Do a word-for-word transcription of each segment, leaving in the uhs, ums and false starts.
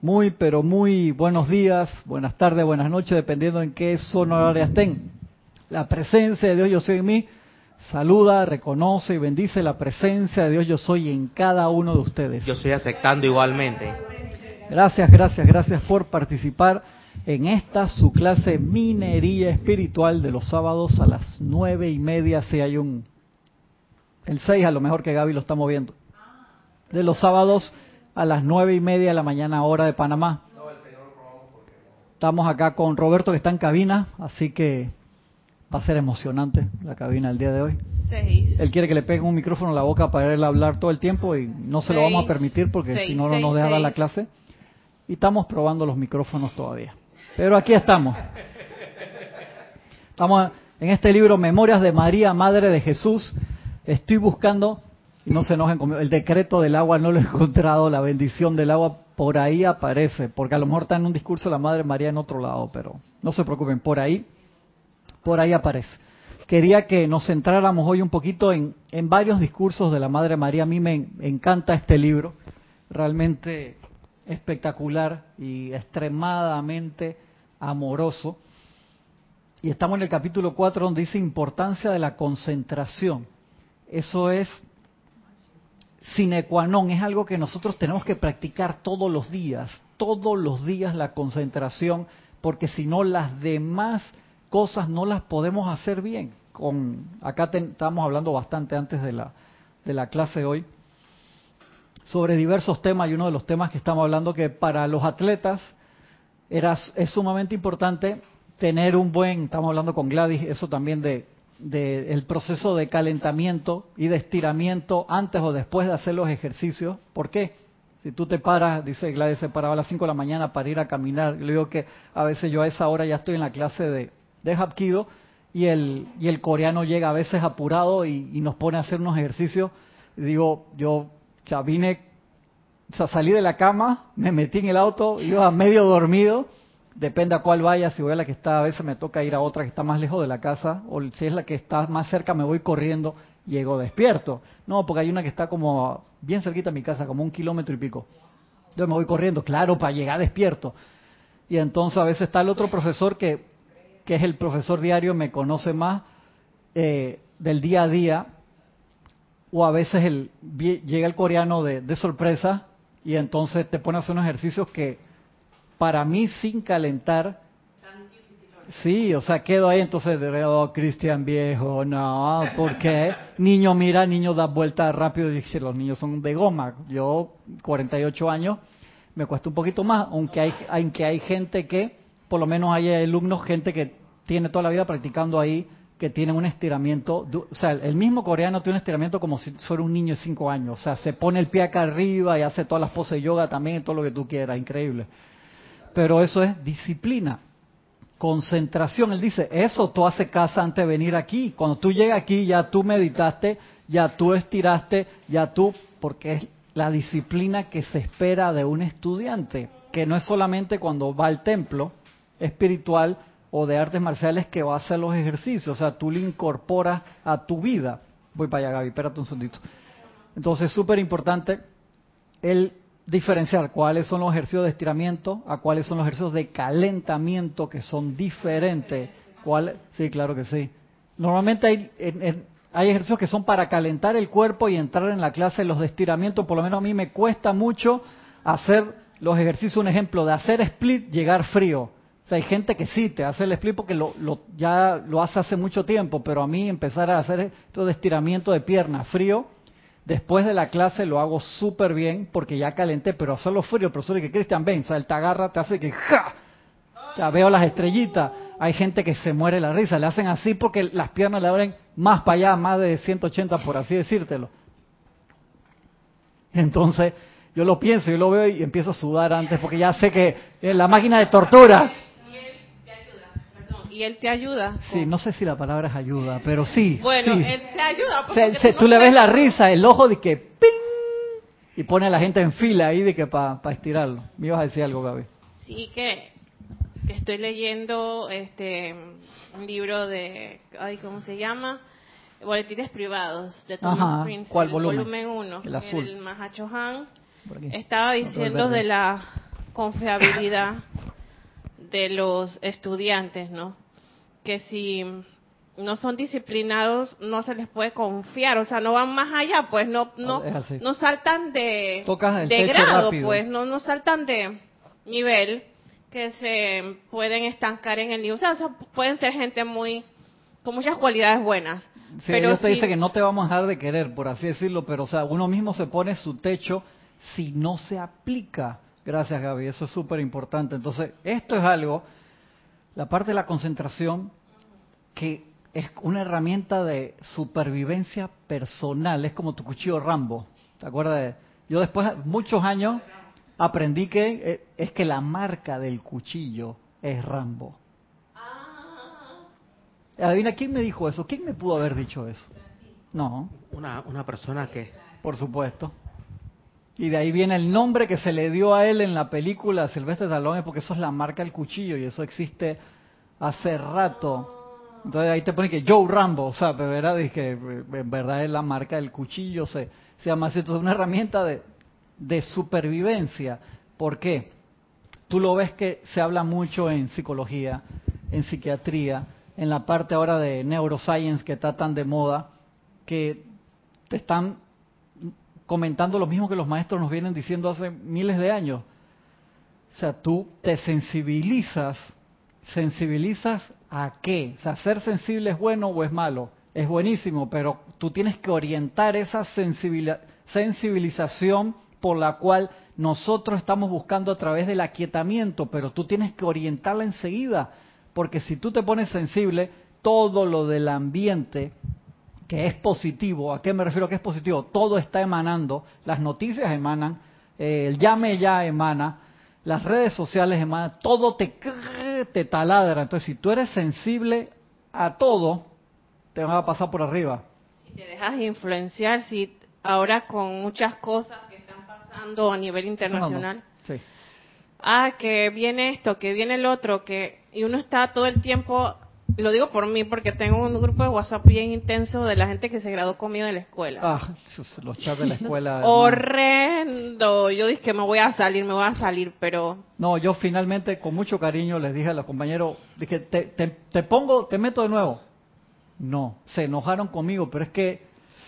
Muy, pero muy buenos días, buenas tardes, buenas noches, dependiendo en qué zona horaria estén. La presencia de Dios Yo Soy en mí saluda, reconoce y bendice la presencia de Dios Yo Soy en cada uno de ustedes. Yo estoy aceptando igualmente. Gracias, gracias, gracias por participar en esta su clase Minería Espiritual de los sábados a las nueve y media. Si hay un... El seis a lo mejor que Gaby lo está moviendo. De los sábados a las nueve y media de la mañana, hora de Panamá. Estamos acá con Roberto, que está en cabina, así que va a ser emocionante la cabina el día de hoy. Seis. Él quiere que le peguen un micrófono en la boca para él hablar todo el tiempo y no se lo vamos a permitir porque seis, si no, no seis, nos deja dar la seis. clase. Y estamos probando los micrófonos todavía. Pero aquí estamos. Estamos en este libro, Memorias de María, Madre de Jesús. Estoy buscando... Y no se enojen conmigo, el decreto del agua no lo he encontrado, la bendición del agua por ahí aparece, porque a lo mejor está en un discurso de la Madre María en otro lado, pero no se preocupen, por ahí, por ahí aparece. Quería que nos centráramos hoy un poquito en, en varios discursos de la Madre María. A mí me encanta este libro, realmente espectacular y extremadamente amoroso. Y estamos en el capítulo cuatro donde dice importancia de la concentración. Eso es sine qua non, es algo que nosotros tenemos que practicar todos los días, todos los días la concentración, porque si no las demás cosas no las podemos hacer bien. Con acá te, estábamos hablando bastante antes de la de la clase de hoy sobre diversos temas, y uno de los temas que estamos hablando que para los atletas era, es sumamente importante tener un buen, estamos hablando con Gladys, eso también de de el proceso de calentamiento y de estiramiento antes o después de hacer los ejercicios. ¿Por qué? Si tú te paras, dice Gladys, se paraba a las cinco de la mañana para ir a caminar. Le digo que a veces yo a esa hora ya estoy en la clase de, de Hapkido y el, y el coreano llega a veces apurado y, y nos pone a hacer unos ejercicios. Y digo, yo ya vine, o sea, salí de la cama, me metí en el auto, iba medio dormido. Depende a cuál vaya, si voy a la que está, a veces me toca ir a otra que está más lejos de la casa, o si es la que está más cerca me voy corriendo, llego despierto. No, porque hay una que está como bien cerquita de mi casa, como un kilómetro y pico. Yo me voy corriendo, claro, para llegar despierto. Y entonces a veces está el otro profesor que, que es el profesor diario, me conoce más eh, del día a día, o a veces el, llega el coreano de, de sorpresa y entonces te pone a hacer unos ejercicios que para mí sin calentar, sí, o sea, quedo ahí, entonces, oh, Cristian viejo, no, ¿por qué? Niño mira, niño da vuelta rápido, y dice, los niños son de goma. Yo, cuarenta y ocho años, me cuesta un poquito más, aunque hay, aunque hay gente que, por lo menos hay alumnos, gente que tiene toda la vida practicando ahí, que tienen un estiramiento, o sea, el mismo coreano tiene un estiramiento como si fuera un niño de cinco años, o sea, se pone el pie acá arriba y hace todas las poses de yoga también, todo lo que tú quieras, increíble. Pero eso es disciplina, concentración. Él dice, eso tú haces casa antes de venir aquí. Cuando tú llegas aquí, ya tú meditaste, ya tú estiraste, ya tú, porque es la disciplina que se espera de un estudiante, que no es solamente cuando va al templo espiritual o de artes marciales que va a hacer los ejercicios, o sea, tú le incorporas a tu vida. Voy para allá, Gaby, espérate un segundito. Entonces, súper importante el diferenciar cuáles son los ejercicios de estiramiento a cuáles son los ejercicios de calentamiento, que son diferentes. ¿Cuál? Sí, claro que sí. Normalmente hay, en, en, hay ejercicios que son para calentar el cuerpo y entrar en la clase. Los de estiramiento, por lo menos a mí me cuesta mucho hacer los ejercicios. Un ejemplo de hacer split, llegar frío. O sea, hay gente que sí te hace el split porque lo, lo, ya lo hace hace mucho tiempo, pero a mí empezar a hacer esto de estiramiento de pierna frío, después de la clase lo hago súper bien porque ya calenté, pero hacerlo frío, el profesor dice, Cristian, ven, o sea, él te agarra, te hace que ¡ja! Ya veo las estrellitas. Hay gente que se muere la risa, le hacen así porque las piernas le abren más para allá, más de ciento ochenta, por así decírtelo. Entonces, yo lo pienso, yo lo veo y empiezo a sudar antes porque ya sé que es la máquina de tortura. Y él te ayuda. Con... Sí, no sé si la palabra es ayuda, pero sí. Bueno, sí. él te ayuda. O sea, se, tú, tú no le ves la risa, el ojo de que ¡ping! Y pone a la gente en fila ahí de que para pa estirarlo. Me ibas a decir algo, Gaby. Sí, que, que estoy leyendo este un libro de, ay, ¿cómo se llama? Boletines privados de Thomas Ajá. Prince. ¿Cuál el volumen? volumen uno. El azul. El Mahachohan Por aquí. estaba diciendo de la confiabilidad de los estudiantes, ¿no? Que si no son disciplinados no se les puede confiar, o sea, no van más allá, pues no no no saltan de de grado, rápido. Pues no no saltan de nivel, que se pueden estancar en el nivel, o sea, o sea pueden ser gente muy con muchas cualidades buenas. Sí, pero Dios te si... dice que no te vamos a dejar de querer, por así decirlo, pero o sea, uno mismo se pone su techo si no se aplica. Gracias, Gaby, eso es súper importante. Entonces, esto es algo, la parte de la concentración, que es una herramienta de supervivencia personal, es como tu cuchillo Rambo, ¿te acuerdas? De... Yo después de muchos años aprendí que es que la marca del cuchillo es Rambo. Adivina, ¿quién me dijo eso? ¿Quién me pudo haber dicho eso? No. Una, una persona que... Por supuesto. Y de ahí viene el nombre que se le dio a él en la película Sylvester Stallone, porque eso es la marca del cuchillo y eso existe hace rato. Entonces ahí te pone que Joe Rambo, o sea, pero era de que en verdad es la marca del cuchillo, se, se llama así. Entonces es una herramienta de, de supervivencia. ¿Por qué? Tú lo ves que se habla mucho en psicología, en psiquiatría, en la parte ahora de neuroscience que está tan de moda, que te están comentando lo mismo que los maestros nos vienen diciendo hace miles de años. O sea, tú te sensibilizas, ¿sensibilizas a qué? O sea, ¿ser sensible es bueno o es malo? Es buenísimo, pero tú tienes que orientar esa sensibilización por la cual nosotros estamos buscando a través del aquietamiento, pero tú tienes que orientarla enseguida. Porque si tú te pones sensible, todo lo del ambiente que es positivo, ¿a qué me refiero que es positivo? Todo está emanando, las noticias emanan, eh, el llame ya emana, las redes sociales emanan, todo te, te taladra. Entonces, si tú eres sensible a todo, te va a pasar por arriba. Si te dejas influenciar, si ahora con muchas cosas que están pasando a nivel internacional... Sí. Ah, que viene esto, que viene el otro, que y uno está todo el tiempo, lo digo por mí, porque tengo un grupo de WhatsApp bien intenso de la gente que se graduó conmigo de la escuela. Ah, los chats de la escuela. Es horrendo. Yo dije que me voy a salir, me voy a salir, pero... No, yo finalmente, con mucho cariño, les dije a los compañeros, dije, te, te, te pongo, te meto de nuevo. No, se enojaron conmigo, pero es que...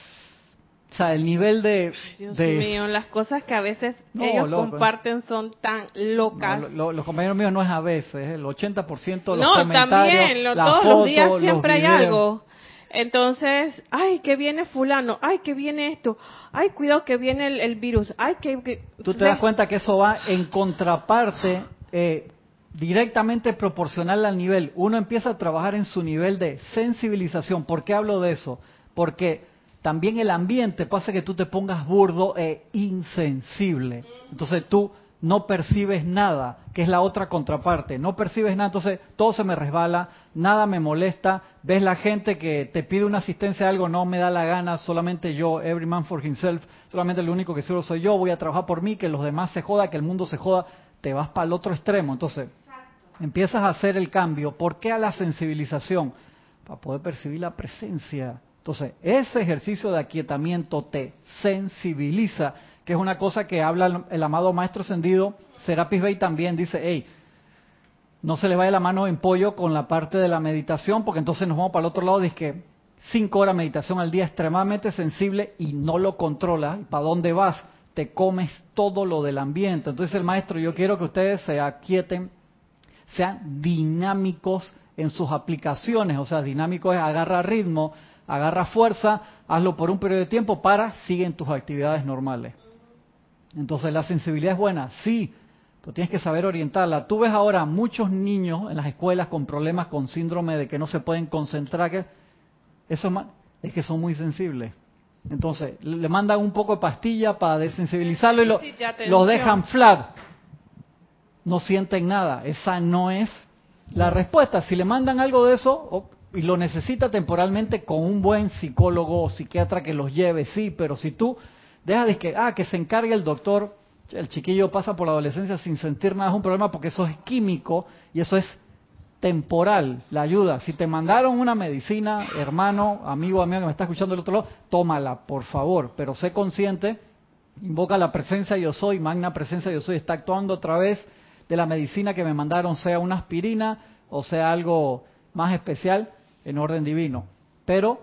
O sea, el nivel de... Ay, Dios de... mío, las cosas que a veces no, ellos loco. comparten son tan locas. No, lo, lo, los compañeros míos no es a veces, es el ochenta por ciento de los no, comentarios, también, lo, la todos foto, los días siempre los hay videos. algo. Entonces, ay, que viene fulano, ay, que viene esto, ay, cuidado que viene el, el virus, ay, que... que... Tú te das cuenta que eso va en contraparte, eh, directamente proporcional al nivel. Uno empieza a trabajar en su nivel de sensibilización. ¿Por qué hablo de eso? Porque también el ambiente pasa que tú te pongas burdo e insensible. Entonces tú no percibes nada, que es la otra contraparte. No percibes nada, entonces todo se me resbala, nada me molesta. Ves la gente que te pide una asistencia a algo, no me da la gana, solamente yo, every man for himself, solamente lo único que sirvo soy yo, voy a trabajar por mí, que los demás se joda, que el mundo se joda. Te vas para el otro extremo. Entonces empiezas a hacer el cambio. ¿Por qué a la sensibilización? Para poder percibir la presencia. Entonces, ese ejercicio de aquietamiento te sensibiliza, que es una cosa que habla el, el amado Maestro Ascendido, Serapis Bey también dice, hey, no se le vaya la mano en pollo con la parte de la meditación, porque entonces nos vamos para el otro lado, dice que cinco horas de meditación al día extremadamente sensible y no lo controlas. ¿Para dónde vas? Te comes todo lo del ambiente. Entonces el Maestro, yo quiero que ustedes se aquieten, sean dinámicos en sus aplicaciones, o sea, dinámico es agarra ritmo, agarra fuerza, hazlo por un periodo de tiempo para, siguen tus actividades normales. Entonces, ¿la sensibilidad es buena? Sí, pero tienes que saber orientarla. Tú ves ahora muchos niños en las escuelas con problemas, con síndrome de que no se pueden concentrar, que eso es, más, es que son muy sensibles. Entonces, le mandan un poco de pastilla para desensibilizarlo y lo, los dejan flat. No sienten nada. Esa no es la respuesta. Si le mandan algo de eso y lo necesita temporalmente con un buen psicólogo o psiquiatra que los lleve, sí, pero si tú dejas de que, ah, que se encargue el doctor, el chiquillo pasa por la adolescencia sin sentir nada, es un problema porque eso es químico y eso es temporal, la ayuda. Si te mandaron una medicina, hermano, amigo, amiga que me está escuchando del otro lado, tómala, por favor, pero sé consciente, invoca la presencia yo soy, magna presencia yo soy, está actuando otra vez de la medicina que me mandaron sea una aspirina o sea algo más especial en orden divino. Pero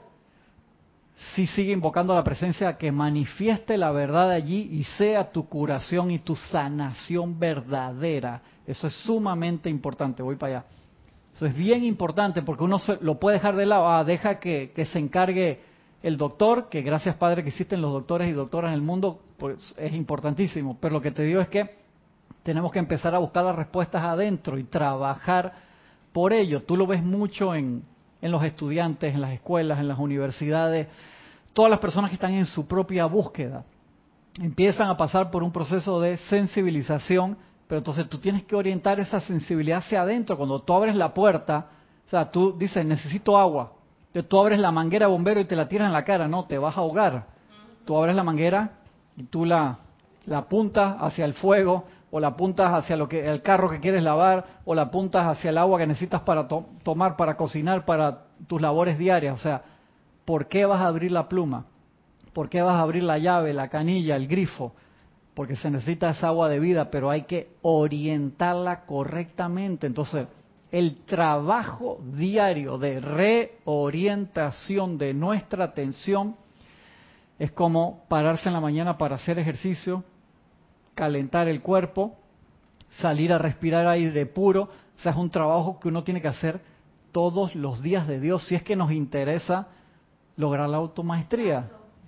sí sigue invocando la presencia que manifieste la verdad allí y sea tu curación y tu sanación verdadera. Eso es sumamente importante. Voy para allá. Eso es bien importante porque uno se, lo puede dejar de lado. Ah, deja que, que se encargue el doctor, que gracias Padre que existen los doctores y doctoras en el mundo, pues es importantísimo. Pero lo que te digo es que tenemos que empezar a buscar las respuestas adentro y trabajar por ello. Tú lo ves mucho en, en los estudiantes, en las escuelas, en las universidades. Todas las personas que están en su propia búsqueda empiezan a pasar por un proceso de sensibilización, pero entonces tú tienes que orientar esa sensibilidad hacia adentro. Cuando tú abres la puerta, o sea, tú dices, necesito agua. Entonces tú abres la manguera bombero y te la tiras en la cara, no, te vas a ahogar. Tú abres la manguera y tú la, la apuntas hacia el fuego, o la apuntas hacia lo que el carro que quieres lavar, o la apuntas hacia el agua que necesitas para to tomar, para cocinar, para tus labores diarias. O sea, ¿por qué vas a abrir la pluma? ¿Por qué vas a abrir la llave, la canilla, el grifo? Porque se necesita esa agua de vida, pero hay que orientarla correctamente. Entonces, el trabajo diario de reorientación de nuestra atención es como pararse en la mañana para hacer ejercicio, calentar el cuerpo, salir a respirar aire puro. O sea, es un trabajo que uno tiene que hacer todos los días de Dios si es que nos interesa lograr la automaestría.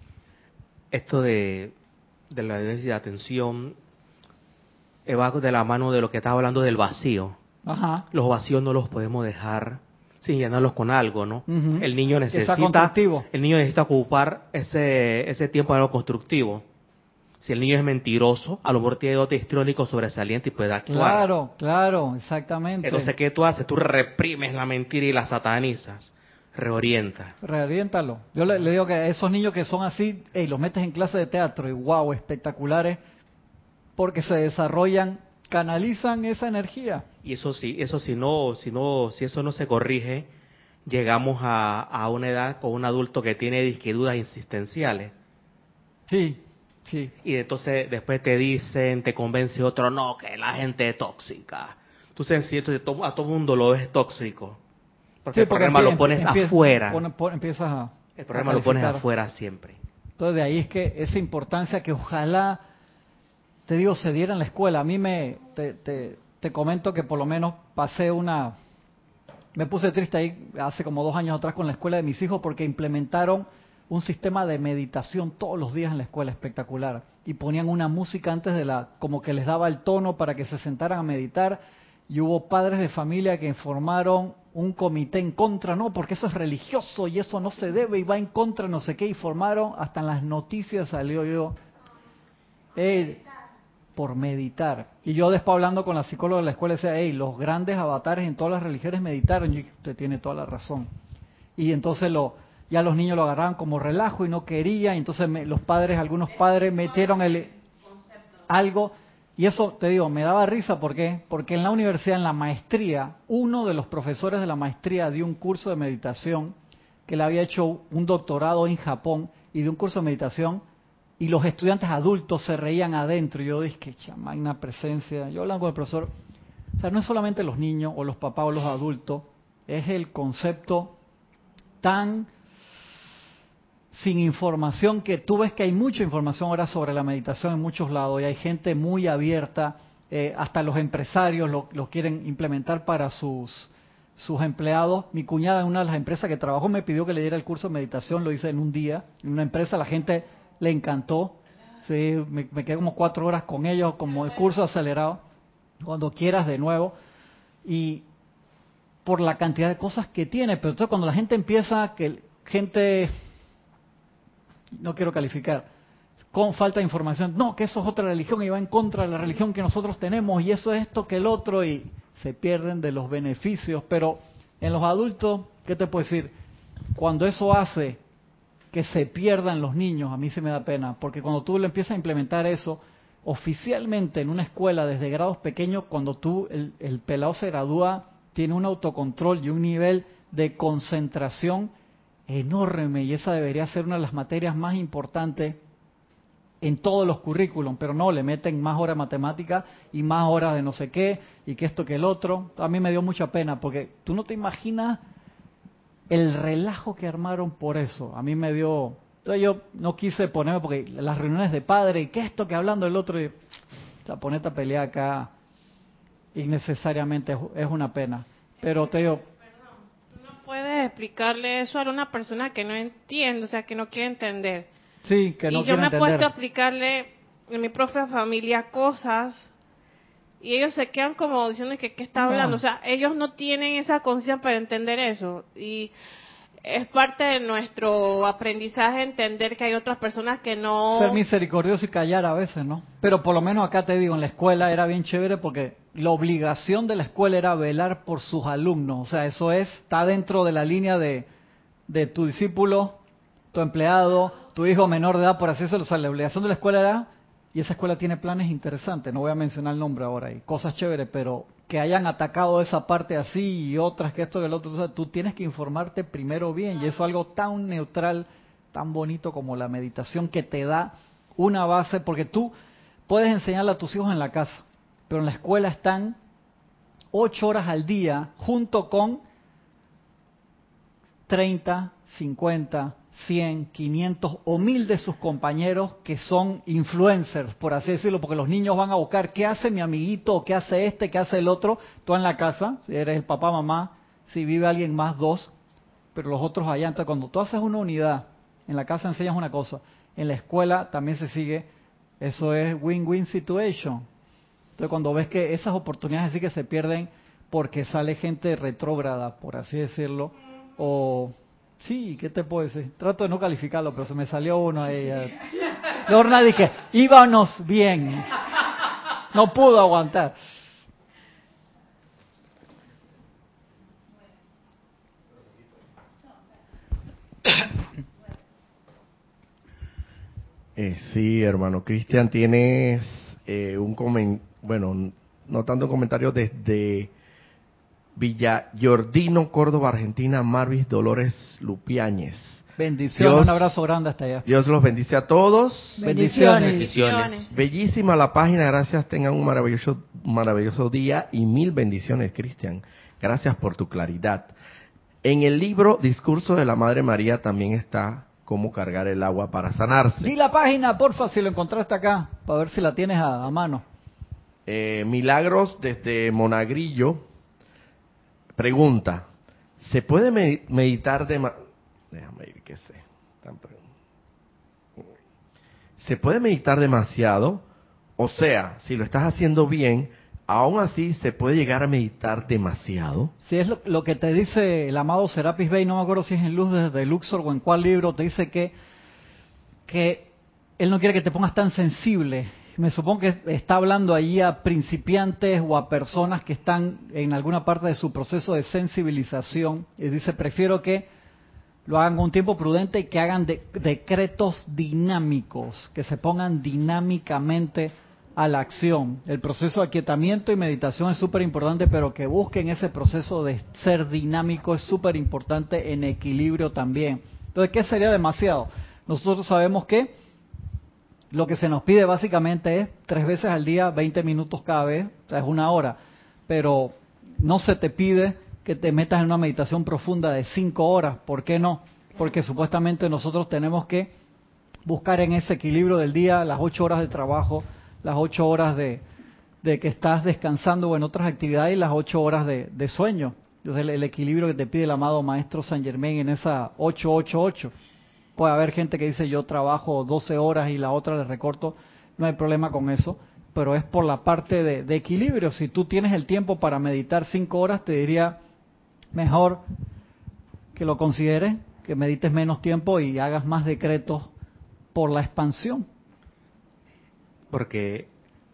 Esto de, de la déficit de atención eh, va de la mano de lo que estaba hablando del vacío. Ajá. Los vacíos no los podemos dejar sin llenarlos con algo, ¿no? Uh-huh. El niño necesita, el niño necesita ocupar ese ese tiempo en algo constructivo. Si el niño es mentiroso, a lo mejor tiene dote histrónico sobresaliente y puede actuar. Claro, claro, exactamente. Entonces, ¿qué tú haces? Tú reprimes la mentira y la satanizas. Reorienta. Reoriéntalo. Yo le, le digo que a esos niños que son así, hey, los metes en clase de teatro y wow, espectaculares, porque se desarrollan, canalizan esa energía. Y eso sí, eso si no, si no, si eso no se corrige, llegamos a, a una edad con un adulto que tiene disque dudas existenciales. Sí, sí. Y entonces después te dicen, te convence otro, no, que la gente es tóxica. Tú sabes, entonces a todo mundo lo ves tóxico. Porque, sí, el porque problema empie- lo pones empie- afuera. Pone, pone, empiezas a, el problema lo pones afuera siempre. Entonces de ahí es que esa importancia que ojalá, te digo, se diera en la escuela. A mí me, te, te, te comento que por lo menos pasé una, me puse triste ahí hace como dos años atrás con la escuela de mis hijos porque implementaron un sistema de meditación todos los días en la escuela, espectacular. Y ponían una música antes de la, como que les daba el tono para que se sentaran a meditar. Y hubo padres de familia que formaron un comité en contra, no, porque eso es religioso y eso no se debe y va en contra, no sé qué, y formaron, hasta en las noticias salió yo, eh, por meditar. Y yo después hablando con la psicóloga de la escuela decía, hey, los grandes avatares en todas las religiones meditaron, y usted tiene toda la razón. Y entonces lo, ya los niños lo agarraban como relajo y no quería, y entonces me, los padres, algunos padres metieron el, algo. Y eso, te digo, me daba risa, ¿por qué? Porque en la universidad, en la maestría, uno de los profesores de la maestría dio un curso de meditación, que le había hecho un doctorado en Japón, y de un curso de meditación, y los estudiantes adultos se reían adentro. Y yo dije, que chamagna presencia. Yo hablando con el profesor, o sea, no es solamente los niños, o los papás, o los adultos, es el concepto tan sin información, que tú ves que hay mucha información ahora sobre la meditación en muchos lados y hay gente muy abierta, eh, hasta los empresarios lo, lo quieren implementar para sus sus empleados. Mi cuñada en una de las empresas que trabajó me pidió que le diera el curso de meditación, lo hice en un día, en una empresa, la gente le encantó, sí, me, me quedé como cuatro horas con ellos, como el curso acelerado, cuando quieras de nuevo, y por la cantidad de cosas que tiene. Pero entonces cuando la gente empieza, que gente... no quiero calificar, con falta de información, no, que eso es otra religión y va en contra de la religión que nosotros tenemos y eso es esto que el otro, y se pierden de los beneficios. Pero en los adultos, ¿qué te puedo decir? Cuando eso hace que se pierdan los niños, a mí se me da pena, porque cuando tú le empiezas a implementar eso, oficialmente en una escuela desde grados pequeños, cuando tú, el, el pelado se gradúa, tiene un autocontrol y un nivel de concentración enorme, y esa debería ser una de las materias más importantes en todos los currículums, pero no, le meten más horas de matemática y más horas de no sé qué, y que esto que el otro. A mí me dio mucha pena, porque tú no te imaginas el relajo que armaron por eso. A mí me dio... Entonces yo no quise ponerme, porque las reuniones de padre, y que esto que hablando del otro, y, o sea, ponerte a pelear acá innecesariamente es, es una pena. Pero te digo... Tú no puedes explicarle eso a una persona que no entiende, o sea, que no quiere entender. Sí, que no y yo me he entender. puesto a explicarle en mi propia familia cosas y ellos se quedan como diciendo que qué está hablando, No. o sea, ellos no tienen esa conciencia para entender eso y es parte de nuestro aprendizaje entender que hay otras personas que no... Ser misericordioso y callar a veces, ¿no? Pero por lo menos acá te digo, en la escuela era bien chévere porque la obligación de la escuela era velar por sus alumnos, o sea, eso es, está dentro de la línea de, de tu discípulo, tu empleado, tu hijo menor de edad, por así decirlo. O sea, la obligación de la escuela era, y esa escuela tiene planes interesantes, no voy a mencionar el nombre ahora, y cosas chéveres, pero que hayan atacado esa parte así y otras que esto que el otro, o sea, tú tienes que informarte primero bien, y eso es algo tan neutral, tan bonito como la meditación, que te da una base, porque tú puedes enseñarle a tus hijos en la casa, pero en la escuela están ocho horas al día junto con treinta, cincuenta, cien, quinientos o mil de sus compañeros que son influencers, por así decirlo, porque los niños van a buscar qué hace mi amiguito, qué hace este, qué hace el otro, tú en la casa, si eres el papá, mamá, si vive alguien más, dos, pero los otros allá. Entonces, cuando tú haces una unidad, en la casa enseñas una cosa, en la escuela también se sigue, eso es win-win situation. Entonces, cuando ves que esas oportunidades sí que se pierden porque sale gente retrógrada, por así decirlo, o... Sí, ¿qué te puedo decir? Trato de no calificarlo, pero se me salió uno ahí. Lorna, dije, íbamos bien. No pudo aguantar. Eh, sí, hermano Cristian, tienes eh, un comentario, bueno, no tanto un comentario desde Villa Giordino, Córdoba, Argentina, Marvis Dolores Lupiáñez. Bendiciones, Dios, un abrazo grande hasta allá. Dios los bendice a todos. Bendiciones. Bendiciones. Bellísima la página, gracias, tengan un maravilloso, maravilloso día y mil bendiciones, Cristian. Gracias por tu claridad. En el libro Discurso de la Madre María también está cómo cargar el agua para sanarse. Di la página, porfa, si lo encontraste acá, para ver si la tienes a, a mano. Eh, Milagros desde Monagrillo pregunta, ¿se puede meditar de... Déjame ver qué sé. ¿Se puede meditar demasiado? O sea, si lo estás haciendo bien, aún así se puede llegar a meditar demasiado. Si es lo, lo que te dice el amado Serapis Bey, no me acuerdo si es en Luz desde Luxor o en cuál libro, te dice que, que él no quiere que te pongas tan sensible. Me supongo que está hablando allí a principiantes o a personas que están en alguna parte de su proceso de sensibilización. Y dice, prefiero que lo hagan con un tiempo prudente y que hagan de, decretos dinámicos, que se pongan dinámicamente a la acción. El proceso de aquietamiento y meditación es súper importante, pero que busquen ese proceso de ser dinámico es súper importante en equilibrio también. Entonces, ¿qué sería demasiado? Nosotros sabemos que lo que se nos pide básicamente es tres veces al día, veinte minutos cada vez, o sea, es una hora, pero no se te pide que te metas en una meditación profunda de cinco horas. ¿Por qué no? Porque supuestamente nosotros tenemos que buscar en ese equilibrio del día las ocho horas de trabajo, las ocho horas de, de que estás descansando o en otras actividades y las ocho horas de, de sueño. Entonces el, el equilibrio que te pide el amado Maestro Saint Germain en esa ocho ocho ocho. Puede haber gente que dice yo trabajo doce horas y la otra le recorto, no hay problema con eso, pero es por la parte de, de equilibrio. Si tú tienes el tiempo para meditar cinco horas, te diría mejor que lo consideres, que medites menos tiempo y hagas más decretos por la expansión. Porque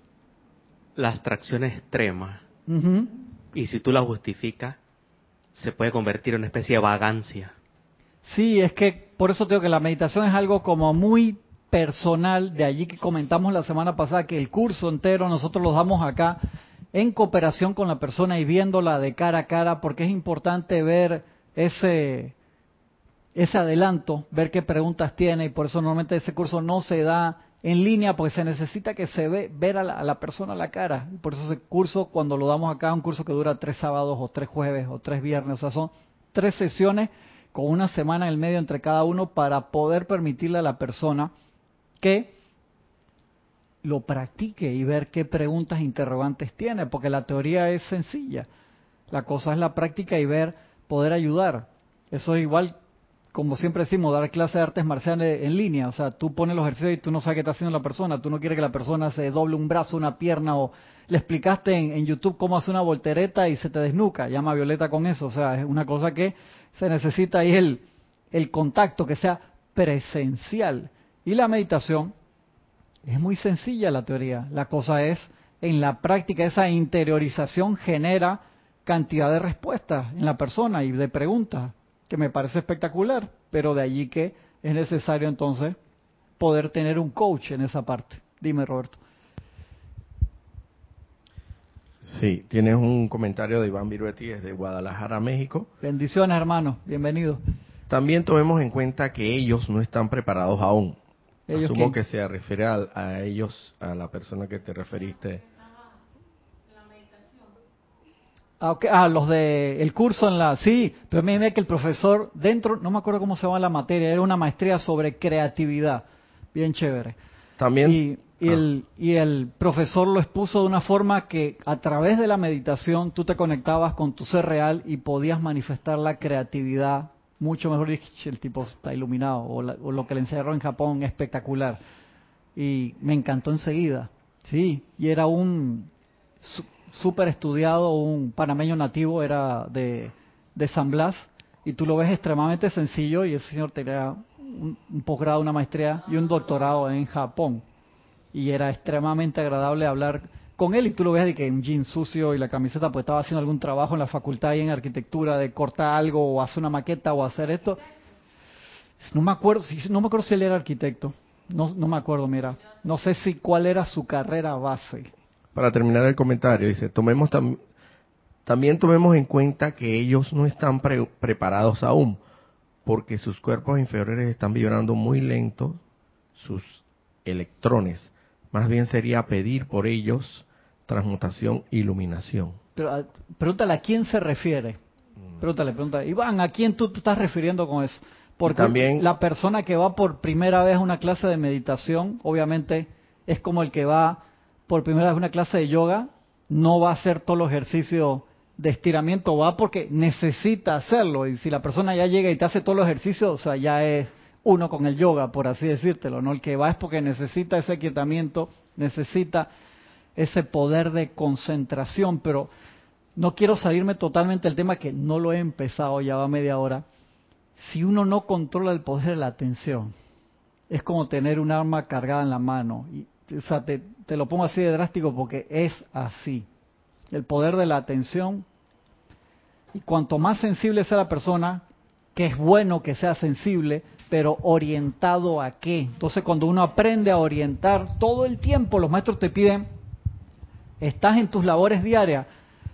la abstracción es extrema, uh-huh. y si tú la justificas, se puede convertir en una especie de vagancia. Sí, es que por eso digo que la meditación es algo como muy personal, de allí que comentamos la semana pasada que el curso entero nosotros lo damos acá en cooperación con la persona y viéndola de cara a cara, porque es importante ver ese ese adelanto, ver qué preguntas tiene, y por eso normalmente ese curso no se da en línea, porque se necesita que se ve ver a la, a la persona a la cara. Por eso ese curso, cuando lo damos acá, un curso que dura tres sábados o tres jueves o tres viernes, o sea, son tres sesiones con una semana en el medio entre cada uno para poder permitirle a la persona que lo practique y ver qué preguntas e interrogantes tiene, porque la teoría es sencilla. La cosa es la práctica y ver, poder ayudar. Eso es igual, como siempre decimos, dar clases de artes marciales en línea. O sea, tú pones los ejercicios y tú no sabes qué está haciendo la persona. Tú no quieres que la persona se doble un brazo, una pierna, o le explicaste en, en YouTube cómo hacer una voltereta y se te desnuca. Llama a Violeta con eso. O sea, es una cosa que se necesita ahí el, el contacto, que sea presencial. Y la meditación es muy sencilla, la teoría. La cosa es, en la práctica, esa interiorización genera cantidad de respuestas en la persona y de preguntas, que me parece espectacular, pero de allí que es necesario entonces poder tener un coach en esa parte. Dime, Roberto. Sí, tienes un comentario de Iván Viruetti desde Guadalajara, México. Bendiciones, hermano. Bienvenido. También tomemos en cuenta que ellos no están preparados aún. ¿Ellos Asumo quién? que se refiere a, a ellos, a la persona que te referiste. Ah, okay. Ah, los de el curso en la... Sí, pero me ve que el profesor dentro, no me acuerdo cómo se llama la materia, era una maestría sobre creatividad. Bien chévere. También... Y, y, ah. el, y el profesor lo expuso de una forma que a través de la meditación tú te conectabas con tu ser real y podías manifestar la creatividad mucho mejor. El tipo está iluminado, o, la, o lo que le enseñaron en Japón, espectacular. Y me encantó enseguida. Sí, y era un... súper estudiado, un panameño nativo, era de, de San Blas, y tú lo ves extremadamente sencillo, y el señor tenía un, un posgrado, una maestría y un doctorado en Japón, y era extremadamente agradable hablar con él, y tú lo ves de que un jean sucio y la camiseta, pues estaba haciendo algún trabajo en la facultad y en arquitectura, de cortar algo, o hacer una maqueta, o hacer esto. No me acuerdo si, no me acuerdo si él era arquitecto, no, no me acuerdo, mira, no sé si cuál era su carrera base. Para terminar el comentario, dice, tomemos tam también tomemos en cuenta que ellos no están pre preparados aún, porque sus cuerpos inferiores están vibrando muy lento sus electrones. Más bien sería pedir por ellos transmutación, iluminación. Pero, pregúntale a quién se refiere. Pregúntale, pregúntale. Iván, ¿a quién tú te estás refiriendo con eso? Porque también la persona que va por primera vez a una clase de meditación, obviamente, es como el que va por primera vez a una clase de yoga, no va a hacer todos los ejercicios de estiramiento, va porque necesita hacerlo. Y si la persona ya llega y te hace todos los ejercicios, o sea, ya es uno con el yoga, por así decírtelo, ¿no? El que va es porque necesita ese aquietamiento, necesita ese poder de concentración, pero no quiero salirme totalmente del tema, que no lo he empezado, ya va media hora. Si uno no controla el poder de la atención, es como tener un arma cargada en la mano. Y, o sea, te, te lo pongo así de drástico porque es así. El poder de la atención, y cuanto más sensible sea la persona, que es bueno que sea sensible, pero orientado a qué. Entonces, cuando uno aprende a orientar todo el tiempo, los maestros te piden, estás en tus labores diarias,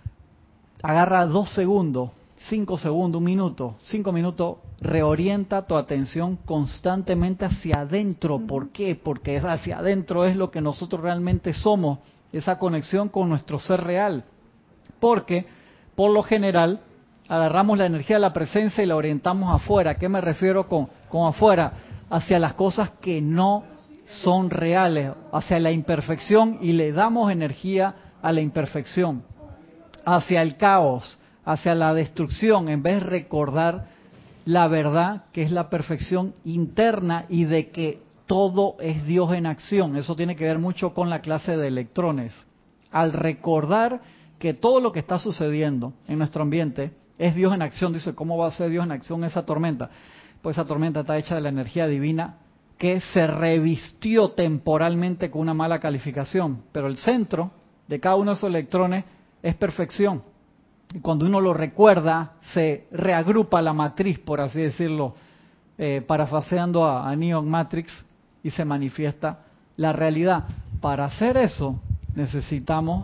agarra dos segundos, cinco segundos, un minuto, cinco minutos, reorienta tu atención constantemente hacia adentro. ¿Por qué? Porque hacia adentro es lo que nosotros realmente somos, esa conexión con nuestro ser real. Porque, por lo general, agarramos la energía de la presencia y la orientamos afuera. ¿A qué me refiero con, con afuera? Hacia las cosas que no son reales, hacia la imperfección, y le damos energía a la imperfección, hacia el caos, hacia la destrucción, en vez de recordar la verdad, que es la perfección interna y de que todo es Dios en acción. Eso tiene que ver mucho con la clase de electrones. Al recordar que todo lo que está sucediendo en nuestro ambiente es Dios en acción, dice, ¿cómo va a ser Dios en acción esa tormenta? Pues esa tormenta está hecha de la energía divina que se revistió temporalmente con una mala calificación, pero el centro de cada uno de esos electrones es perfección. Y cuando uno lo recuerda, se reagrupa la matriz, por así decirlo, eh, parafraseando a, a Neon Matrix, y se manifiesta la realidad. Para hacer eso, necesitamos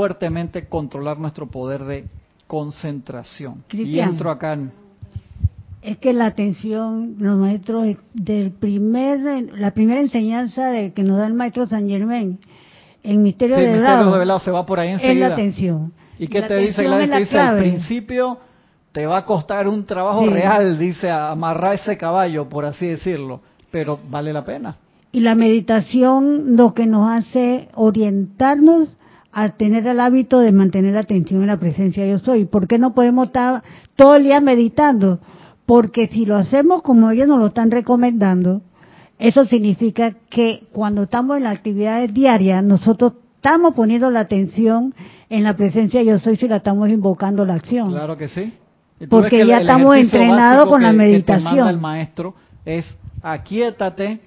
fuertemente controlar nuestro poder de concentración. Cristian, y entro acá en... Es que la atención, los maestros, del primer, la primera enseñanza de que nos da el maestro San Germain, el misterio sí, de el Velado, misterio de se va por ahí enseguida. es la atención. ¿Y qué la te dice Gladys? Te dice, al principio te va a costar un trabajo sí. real, dice, amarrar ese caballo, por así decirlo, pero vale la pena. Y la meditación lo que nos hace orientarnos a tener el hábito de mantener la atención en la presencia de yo soy. ¿Por qué no podemos estar todo el día meditando? Porque si lo hacemos como ellos nos lo están recomendando, eso significa que cuando estamos en las actividades diarias, nosotros estamos poniendo la atención en la presencia de yo soy si la estamos invocando la acción. Claro que sí. Porque ya el, el estamos entrenados con que, la meditación. Que te manda el maestro es aquíétate,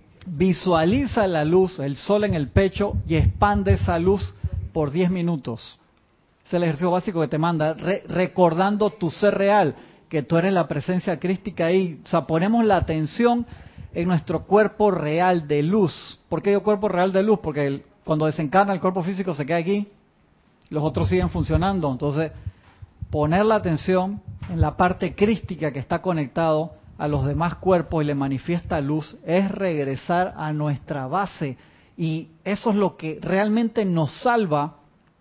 visualiza la luz, el sol en el pecho y expande esa luz por diez minutos. Es el ejercicio básico que te manda, re, recordando tu ser real, que tú eres la presencia crística ahí. O sea, ponemos la atención en nuestro cuerpo real de luz. ¿Por qué digo cuerpo real de luz? Porque el, cuando desencarna el cuerpo físico se queda aquí, los otros siguen funcionando. Entonces, poner la atención en la parte crística que está conectado a los demás cuerpos y le manifiesta luz es regresar a nuestra base. Y eso es lo que realmente nos salva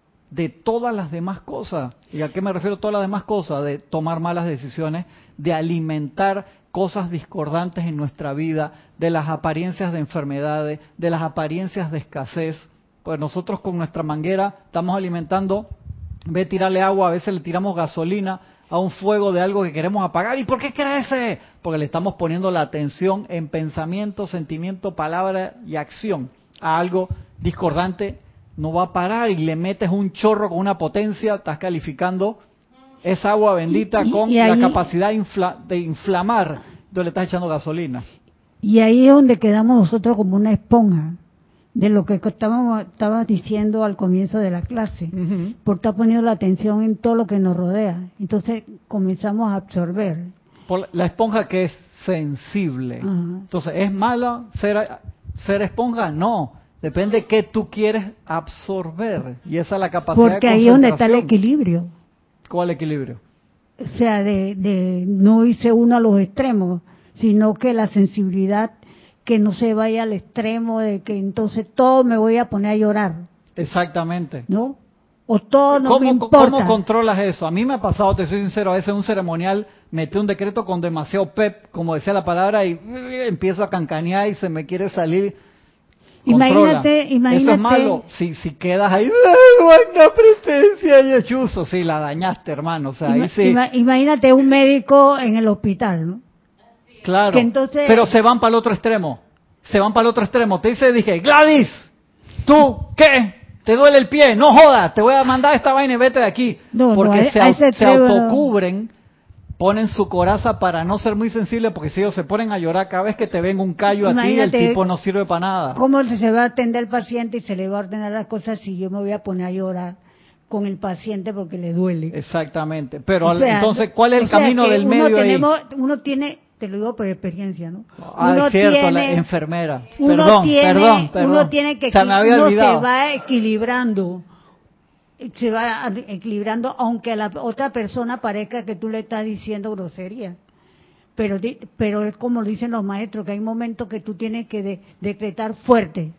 de todas las demás cosas. ¿Y a qué me refiero todas las demás cosas? De tomar malas decisiones, de alimentar cosas discordantes en nuestra vida, de las apariencias de enfermedades, de las apariencias de escasez. Pues nosotros con nuestra manguera estamos alimentando, en vez de tirarle agua, a veces le tiramos gasolina a un fuego de algo que queremos apagar. ¿Y por qué crece? Porque le estamos poniendo la atención en pensamiento, sentimiento, palabra y acción a algo discordante. No va a parar y le metes un chorro con una potencia, estás calificando esa agua bendita y, y, con y ahí, la capacidad infla, de inflamar, entonces le estás echando gasolina. Y ahí es donde quedamos nosotros como una esponja de lo que estábamos estaba diciendo al comienzo de la clase, uh-huh. por estar poniendo la atención en todo lo que nos rodea. Entonces comenzamos a absorber. Por la esponja que es sensible. Uh-huh. Entonces, ¿es mala ser, ser esponja? No. Depende de qué tú quieres absorber. Y esa es la capacidad de concentración. Porque ahí es donde está el equilibrio. ¿Cuál equilibrio? O sea, de, de no irse uno a los extremos, sino que la sensibilidad, que no se vaya al extremo de que entonces todo me voy a poner a llorar. Exactamente. ¿No? O todo no ¿Cómo, me importa. ¿Cómo controlas eso? A mí me ha pasado, te soy sincero, a veces un ceremonial metí un decreto con demasiado pep, como decía la palabra, y empiezo a cancanear y se me quiere salir. Imagínate, imagínate. Eso es malo. Si, si quedas ahí, ¡ay, presencia y hechuzo! Sí, la dañaste, hermano. O sea, ahí sí. Imagínate un médico en el hospital, ¿no? Claro. Que entonces... Pero se van para el otro extremo. Se van para el otro extremo. Te dice, dije, Gladys, ¿tú qué? ¿Te duele el pie? No jodas, te voy a mandar esta vaina y vete de aquí. No, porque no, se, a se autocubren. Ponen su coraza para no ser muy sensible, porque si ellos se ponen a llorar cada vez que te ven un callo Imagínate a ti, el tipo no sirve para nada. ¿Cómo se va a atender el paciente y se le va a ordenar las cosas si yo me voy a poner a llorar con el paciente porque le duele? Exactamente. Pero o sea, entonces, ¿cuál es el camino del uno medio tenemos, ahí? Uno tiene, te lo digo por experiencia, ¿no? Ah, uno es cierto, tiene, la enfermera. Uno perdón, tiene, perdón, perdón. Uno tiene que, se me había uno olvidado. se va equilibrando. Se va equilibrando, aunque a la otra persona parezca que tú le estás diciendo grosería. Pero, pero es como dicen los maestros, que hay momentos que tú tienes que de, decretar fuerte.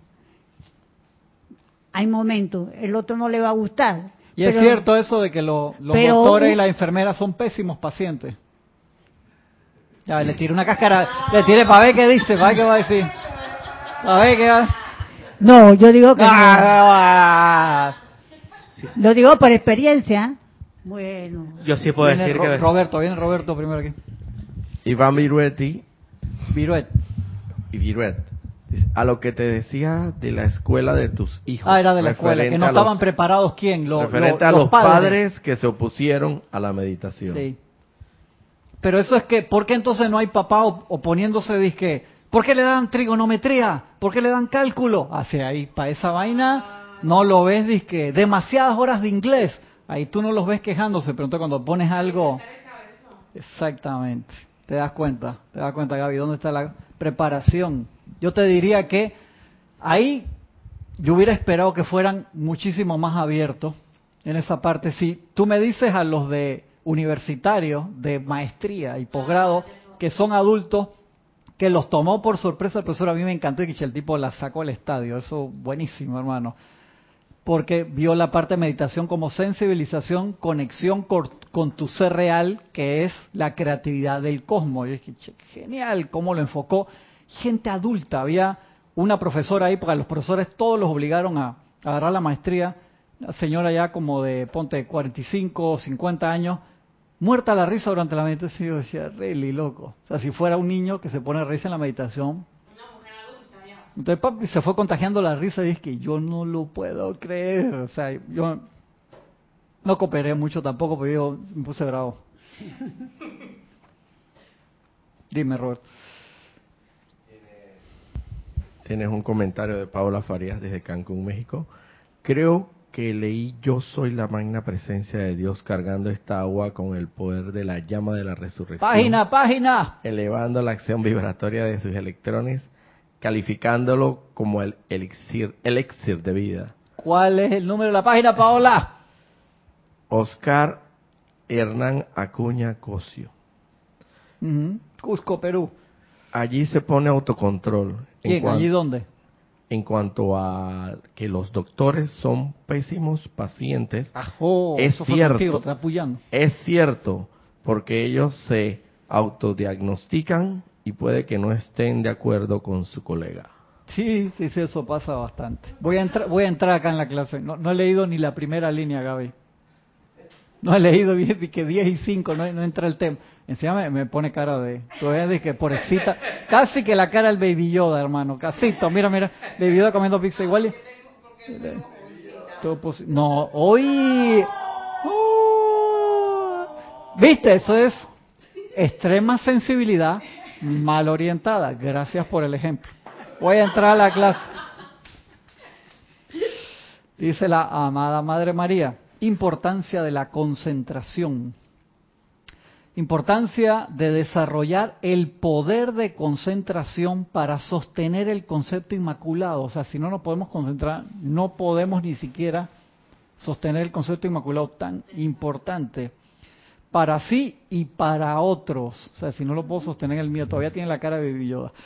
Hay momentos, el otro no le va a gustar. Y pero, es cierto eso de que lo, los pero, doctores y las enfermeras son pésimos pacientes. Ya, le tiré una cáscara, le tiré para ver qué dice, para ver qué va a decir. Para ver qué va. No, yo digo que ah, no. Lo digo por experiencia. Bueno. Yo sí puedo viene decir Ro que... Roberto, viene Roberto primero aquí. Iván Viruetti. Viruet. Y Viruet. A lo que te decía de la escuela de tus hijos. Ah, era de la escuela. Que no estaban los, preparados, ¿quién? Lo, referente lo, a los, los padres. padres que se opusieron a la meditación. Sí. Pero eso es que, ¿por qué entonces no hay papá oponiéndose? Disque, ¿por qué le dan trigonometría? ¿Por qué le dan cálculo? Hacia ahí, para esa vaina... No lo ves, disque, demasiadas horas de inglés. Ahí tú no los ves quejándose, pero entonces cuando pones algo... Exactamente. Te das cuenta, te das cuenta, Gaby, ¿dónde está la preparación? Yo te diría que ahí yo hubiera esperado que fueran muchísimo más abiertos en esa parte. Si tú me dices a los de universitarios de maestría y posgrado que son adultos, que los tomó por sorpresa el profesor. A mí me encantó y que el tipo la sacó al estadio. Eso buenísimo, hermano. Porque vio la parte de meditación como sensibilización, conexión con, con tu ser real, que es la creatividad del cosmos. Y es que genial cómo lo enfocó. Gente adulta, había una profesora ahí, porque a los profesores todos los obligaron a, a agarrar la maestría. Una señora ya como de, ponte, cuarenta y cinco o cincuenta años, muerta la risa durante la meditación. Y yo decía, really loco. O sea, si fuera un niño que se pone a reírse en la meditación. Entonces papi se fue contagiando la risa y es que yo no lo puedo creer. O sea, yo no cooperé mucho tampoco, pero yo me puse bravo. Dime, Robert. Tienes un comentario de Paola Farías desde Cancún, México. Creo que leí yo soy la magna presencia de Dios cargando esta agua con el poder de la llama de la resurrección. Página, página. Elevando la acción vibratoria de sus electrones, calificándolo como el elixir, elixir de vida. ¿Cuál es el número de la página, Paola? Oscar Hernán Acuña Cosio. Uh-huh. Cusco, Perú. Allí se pone autocontrol. ¿Quién? En ¿Allí dónde? En cuanto a que los doctores son pésimos pacientes, ah, oh, es eso fue cierto. Contigo, te está apoyando. Es cierto, porque ellos se autodiagnostican y puede que no estén de acuerdo con su colega. Sí, sí, sí, eso pasa bastante. Voy a entrar, voy a entrar acá en la clase. No, no he leído ni la primera línea, Gaby. No he leído bien, que diez y cinco, no, no entra el tema. Encima me, me pone cara de... Todavía de que por excita. Casi que la cara del Baby Yoda, hermano. Casito, mira, mira. Baby Yoda comiendo pizza igual. Y... No, hoy... Oh. ¿Viste? Eso es extrema sensibilidad mal orientada. Gracias por el ejemplo. Voy a entrar a la clase. Dice la amada Madre María. Importancia de la concentración. Importancia de desarrollar el poder de concentración para sostener el concepto inmaculado. O sea, si no nos podemos concentrar, no podemos ni siquiera sostener el concepto inmaculado tan importante para sí y para otros. O sea, si no lo puedo sostener el mío, todavía tiene la cara de Baby Yoda.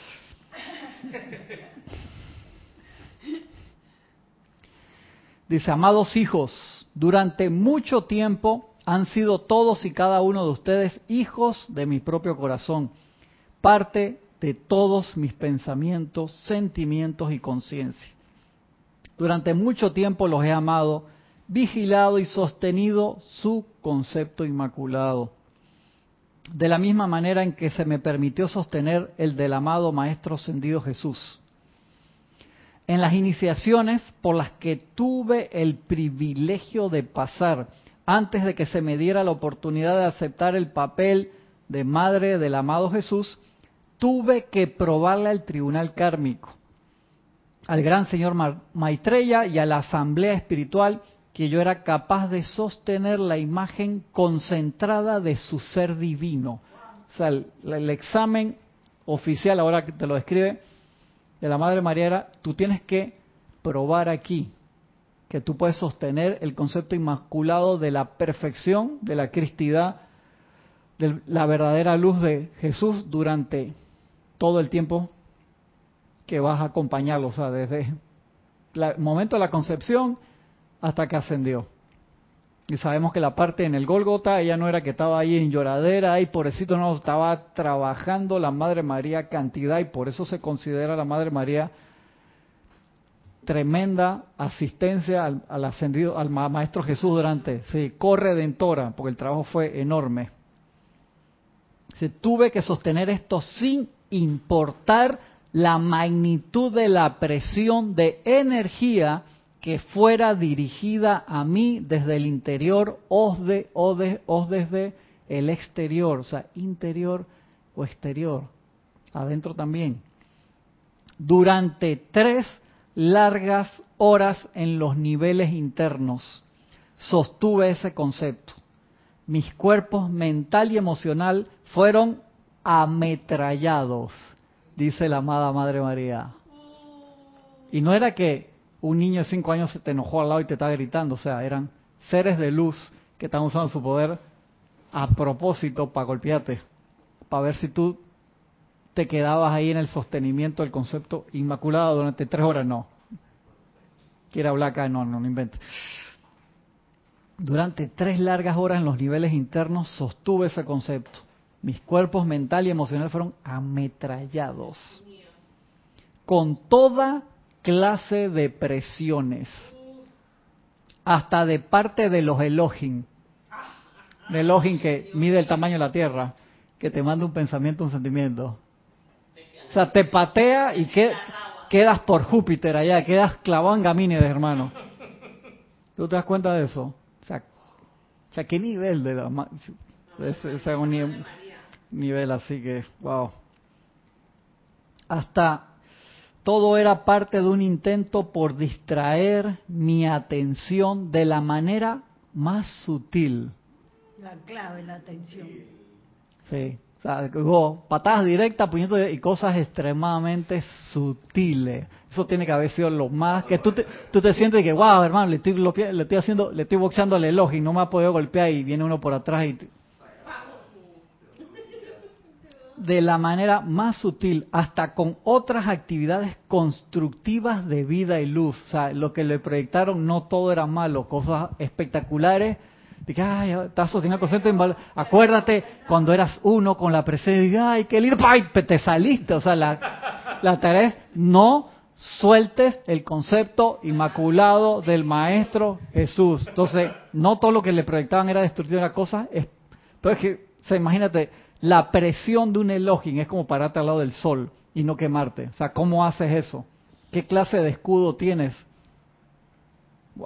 Dice, amados hijos, durante mucho tiempo han sido todos y cada uno de ustedes hijos de mi propio corazón, parte de todos mis pensamientos, sentimientos y conciencia. Durante mucho tiempo los he amado, vigilado y sostenido su concepto inmaculado. De la misma manera en que se me permitió sostener el del amado Maestro Ascendido Jesús. En las iniciaciones por las que tuve el privilegio de pasar, antes de que se me diera la oportunidad de aceptar el papel de madre del amado Jesús, tuve que probarle al tribunal kármico, al gran señor Maitreya y a la asamblea espiritual, que yo era capaz de sostener la imagen concentrada de su ser divino. O sea, el, el examen oficial, ahora que te lo describe, de la Madre María era, tú tienes que probar aquí que tú puedes sostener el concepto inmaculado de la perfección, de la cristidad, de la verdadera luz de Jesús durante todo el tiempo que vas a acompañarlo, o sea, desde el momento de la concepción hasta que ascendió. Y sabemos que la parte en el Gólgota, ella no era que estaba ahí en lloradera, y pobrecito, no, estaba trabajando la Madre María cantidad, y por eso se considera la Madre María tremenda asistencia al, al ascendido, al Maestro Jesús durante, sí, corredentora, porque el trabajo fue enorme. Se tuve que sostener esto sin importar la magnitud de la presión de energía que fuera dirigida a mí desde el interior o, de, o, de, o desde el exterior, o sea, interior o exterior, adentro también. Durante tres largas horas en los niveles internos sostuve ese concepto. Mis cuerpos mental y emocional fueron ametrallados, dice la amada Madre María. Y no era que un niño de cinco años se te enojó al lado y te está gritando, o sea, eran seres de luz que están usando su poder a propósito para golpearte, para ver si tú te quedabas ahí en el sostenimiento del concepto inmaculado durante tres horas. No. Quiere hablar acá, no, no, no inventes. Durante tres largas horas en los niveles internos sostuve ese concepto. Mis cuerpos mental y emocional fueron ametrallados con toda clase de presiones, hasta de parte de los Elohim. Un Elohim que mide el tamaño de la tierra, que te manda un pensamiento, un sentimiento. O sea, te patea y que, quedas por Júpiter allá, quedas clavado en Gamínides, hermano. ¿Tú te das cuenta de eso? O sea, o sea ¿qué nivel de la... Ese es un nivel, nivel así que, wow. Hasta todo era parte de un intento por distraer mi atención de la manera más sutil. La clave, la atención. Sí. O sea, oh, patadas directas, puñetos y cosas extremadamente sutiles. Eso tiene que haber sido lo más que tú te, tú te sientes que, wow, hermano, le estoy, le estoy haciendo, le estoy boxeando al elogio y no me ha podido golpear y viene uno por atrás y de la manera más sutil, hasta con otras actividades constructivas de vida y luz. O sea, lo que le proyectaron no todo era malo, cosas espectaculares. De que, ay, estás sosteniendo el concepto, acuérdate cuando eras uno con la presencia, ay, qué lindo, ay, te saliste. O sea, la, la tarea es no sueltes el concepto inmaculado del Maestro Jesús. Entonces, no todo lo que le proyectaban era destructivo de la cosa, es, pero es que, o sea, imagínate, la presión de un Elohim es como pararte al lado del sol y no quemarte. O sea, ¿cómo haces eso? ¿Qué clase de escudo tienes? ¡Wow!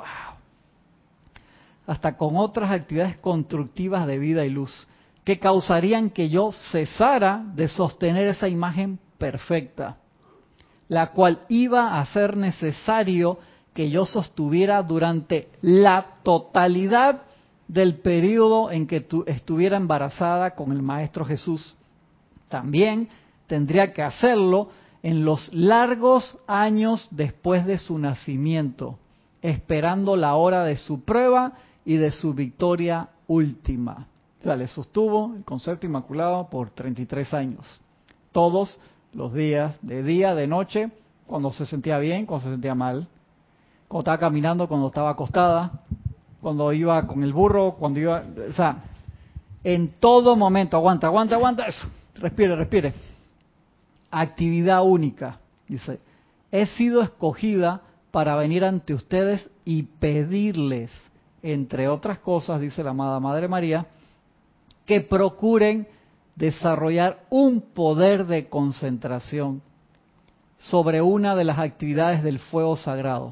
Hasta con otras actividades constructivas de vida y luz, que causarían que yo cesara de sostener esa imagen perfecta, la cual iba a ser necesario que yo sostuviera durante la totalidad del periodo en que tu, estuviera embarazada con el Maestro Jesús. También tendría que hacerlo en los largos años después de su nacimiento, esperando la hora de su prueba y de su victoria última. O sea, le sostuvo el concepto inmaculado por treinta y tres años. Todos los días, de día, de noche, cuando se sentía bien, cuando se sentía mal, cuando estaba caminando, cuando estaba acostada, cuando iba con el burro, cuando iba... O sea, en todo momento, aguanta, aguanta, aguanta, eso. Respire, respire. Actividad única. Dice, he sido escogida para venir ante ustedes y pedirles, entre otras cosas, dice la amada Madre María, que procuren desarrollar un poder de concentración sobre una de las actividades del fuego sagrado.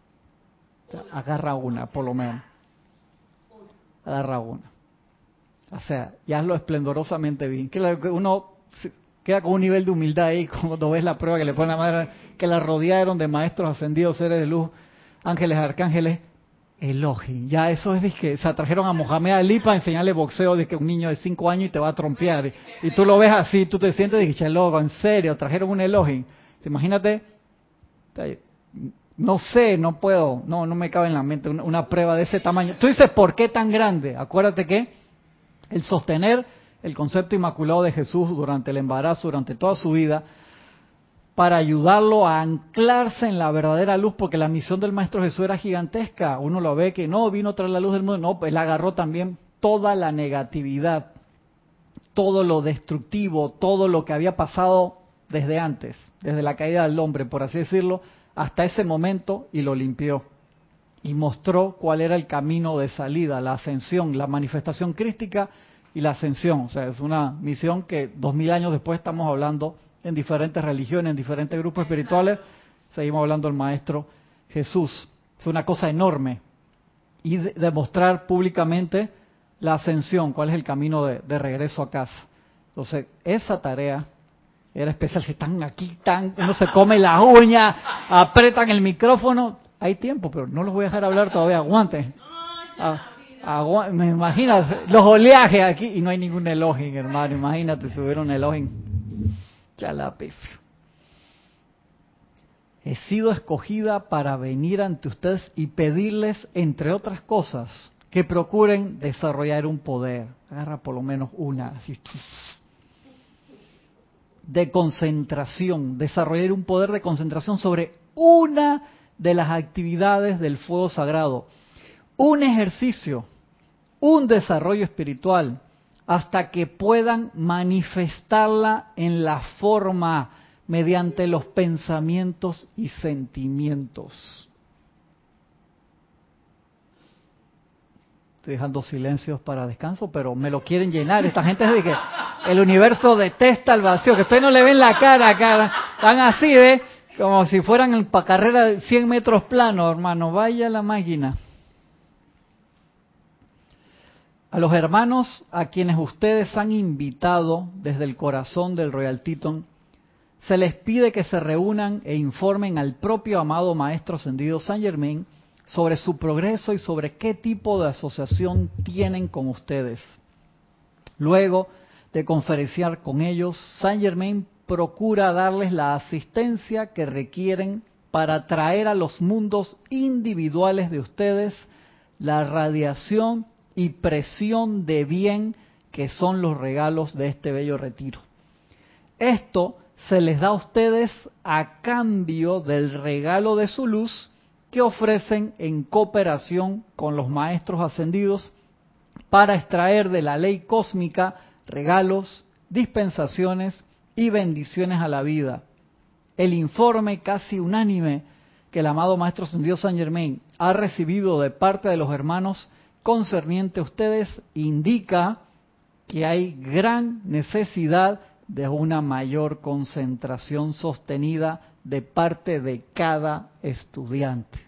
O sea, agarra una, por lo menos. Agarra una. O sea, ya hazlo esplendorosamente bien. Que uno queda con un nivel de humildad ahí, cuando ves la prueba que le pone la Madre, que la rodearon de maestros ascendidos, seres de luz, ángeles, arcángeles. Elohim, ya eso es de que se trajeron a Mohamed Ali para enseñarle boxeo de que un niño de cinco años y te va a trompear y, y tú lo ves así, tú te sientes de que loco, en serio, trajeron un Elohim. Imagínate, no sé, no puedo, no, no me cabe en la mente una, una prueba de ese tamaño. Tú dices, ¿por qué tan grande? Acuérdate que el sostener el concepto inmaculado de Jesús durante el embarazo, durante toda su vida, para ayudarlo a anclarse en la verdadera luz, porque la misión del Maestro Jesús era gigantesca. Uno lo ve que no, vino a traer la luz del mundo, no, pues él agarró también toda la negatividad, todo lo destructivo, todo lo que había pasado desde antes, desde la caída del hombre, por así decirlo, hasta ese momento, y lo limpió. Y mostró cuál era el camino de salida, la ascensión, la manifestación crística y la ascensión. O sea, es una misión que dos mil años después estamos hablando en diferentes religiones, en diferentes grupos espirituales, seguimos hablando del Maestro Jesús. Es una cosa enorme. Y de, demostrar públicamente la ascensión, cuál es el camino de, de regreso a casa. Entonces, esa tarea era especial. Si están aquí, tan, uno se come la uña, apretan el micrófono. Hay tiempo, pero no los voy a dejar hablar todavía. Aguanten. Ah, agu me imaginas los oleajes aquí y no hay ningún Elohim, hermano. Imagínate si hubiera un Elohim. Chalapifio. He sido escogida para venir ante ustedes y pedirles, entre otras cosas, que procuren desarrollar un poder. Agarra por lo menos una, así, de concentración, desarrollar un poder de concentración sobre una de las actividades del fuego sagrado. Un ejercicio, un desarrollo espiritual, hasta que puedan manifestarla en la forma mediante los pensamientos y sentimientos. Estoy dejando silencios para descanso, pero me lo quieren llenar. Esta gente es de que el universo detesta el vacío, que ustedes no le ven la cara, cara. Están así, ¿ve? Como si fueran para carrera de cien metros plano, hermano. Vaya la máquina. A los hermanos a quienes ustedes han invitado desde el corazón del Royal Teton, se les pide que se reúnan e informen al propio amado Maestro Ascendido Saint Germain sobre su progreso y sobre qué tipo de asociación tienen con ustedes. Luego de conferenciar con ellos, Saint Germain procura darles la asistencia que requieren para traer a los mundos individuales de ustedes la radiación y presión de bien que son los regalos de este bello retiro. Esto se les da a ustedes a cambio del regalo de su luz que ofrecen en cooperación con los maestros ascendidos para extraer de la ley cósmica regalos, dispensaciones y bendiciones a la vida. El informe casi unánime que el amado Maestro Ascendido Saint Germain ha recibido de parte de los hermanos concerniente a ustedes indica que hay gran necesidad de una mayor concentración sostenida de parte de cada estudiante.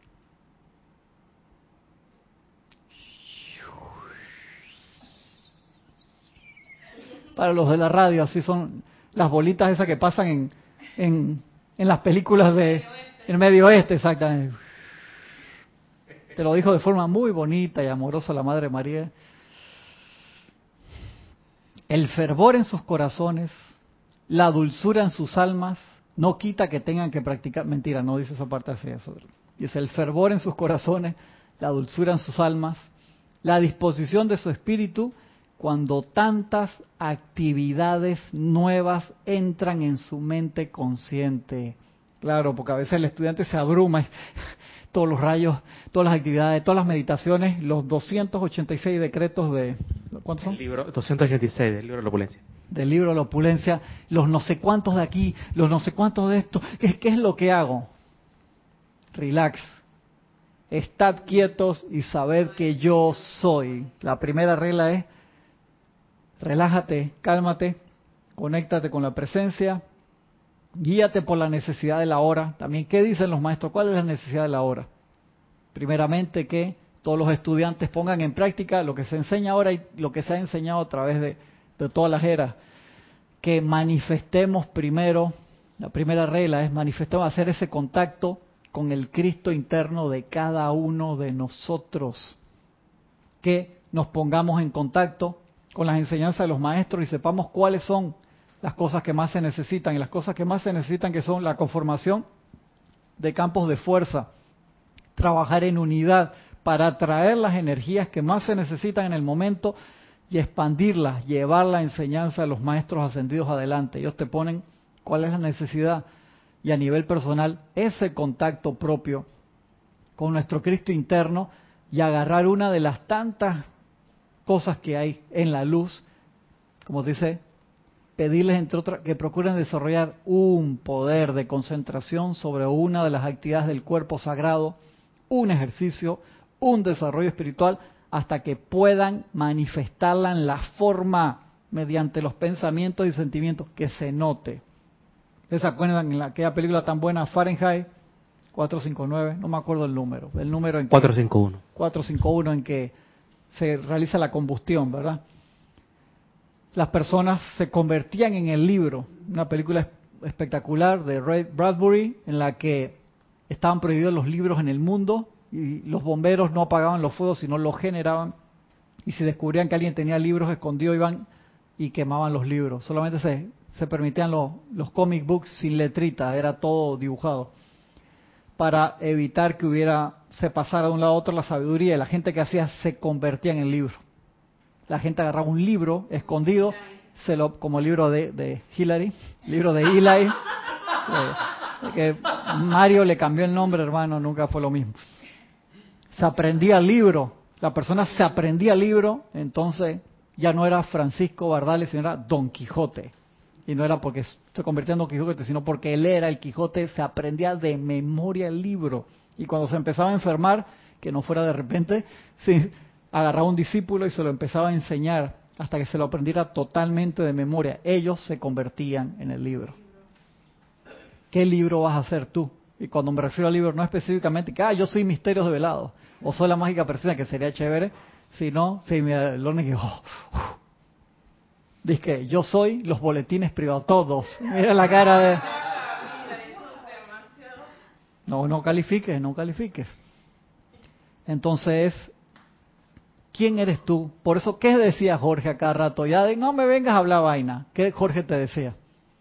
Para los de la radio, así son las bolitas esas que pasan en, en, en las películas de el Medio Oeste, exactamente. Te lo dijo de forma muy bonita y amorosa la Madre María. El fervor en sus corazones, la dulzura en sus almas, no quita que tengan que practicar. Mentira, no dice esa parte así. Eso. Dice el fervor en sus corazones, la dulzura en sus almas, la disposición de su espíritu cuando tantas actividades nuevas entran en su mente consciente. Claro, porque a veces el estudiante se abruma. Todos los rayos, todas las actividades, todas las meditaciones, los doscientos ochenta y seis decretos de... ¿Cuántos son? El libro doscientos ochenta y seis del libro de la opulencia. Del libro de la opulencia, los no sé cuántos de aquí, los no sé cuántos de esto. ¿Qué, qué es lo que hago? Relax. Estad quietos y sabed que yo soy. La primera regla es, relájate, cálmate, conéctate con la presencia, guíate por la necesidad de la hora. También, ¿qué dicen los maestros? ¿Cuál es la necesidad de la hora? Primeramente, que todos los estudiantes pongan en práctica lo que se enseña ahora y lo que se ha enseñado a través de, de todas las eras. Que manifestemos primero, la primera regla es manifestemos, hacer ese contacto con el Cristo interno de cada uno de nosotros. Que nos pongamos en contacto con las enseñanzas de los maestros y sepamos cuáles son las cosas que más se necesitan, y las cosas que más se necesitan que son la conformación de campos de fuerza, trabajar en unidad para atraer las energías que más se necesitan en el momento y expandirlas, llevar la enseñanza de los maestros ascendidos adelante. Ellos te ponen cuál es la necesidad y a nivel personal ese contacto propio con nuestro Cristo interno y agarrar una de las tantas cosas que hay en la luz, como dice, pedirles entre otras que procuren desarrollar un poder de concentración sobre una de las actividades del cuerpo sagrado, un ejercicio, un desarrollo espiritual, hasta que puedan manifestarla en la forma mediante los pensamientos y sentimientos que se note. ¿Ustedes se acuerdan en aquella película tan buena Fahrenheit cuatrocientos cincuenta y nueve? No me acuerdo el número. El número en que, cuatrocientos cincuenta y uno. cuatrocientos cincuenta y uno en que se realiza la combustión, ¿verdad? Las personas se convertían en el libro, una película espectacular de Ray Bradbury en la que estaban prohibidos los libros en el mundo y los bomberos no apagaban los fuegos sino los generaban, y si descubrían que alguien tenía libros escondidos iban y quemaban los libros. Solamente se, se permitían los, los comic books sin letrita, era todo dibujado. para evitar que hubiera, se pasara de un lado a otro la sabiduría, y la gente que hacía se convertía en el libro. La gente agarraba un libro escondido, se lo, como el libro de, de Hillary, libro de Eli, eh, que Mario le cambió el nombre, hermano, nunca fue lo mismo. Se aprendía el libro, la persona se aprendía el libro, entonces ya no era Francisco Bardales, sino era Don Quijote. Y no era porque se convertía en Don Quijote, sino porque él era el Quijote, se aprendía de memoria el libro. Y cuando se empezaba a enfermar, que no fuera de repente, sí, agarraba un discípulo y se lo empezaba a enseñar hasta que se lo aprendiera totalmente de memoria. Ellos se convertían en el libro. ¿Qué libro vas a hacer tú? Y cuando me refiero al libro, no específicamente que, ah, yo soy Misterios Develados, o soy la mágica persona, que sería chévere, sino, sí, mira, lo único que, oh, uh, dice que yo soy los boletines privados, todos. Mira la cara de... No, no califiques, no califiques. Entonces, ¿quién eres tú? Por eso, ¿qué decía Jorge a cada rato? Ya de, no me vengas a hablar vaina. ¿Qué Jorge te decía?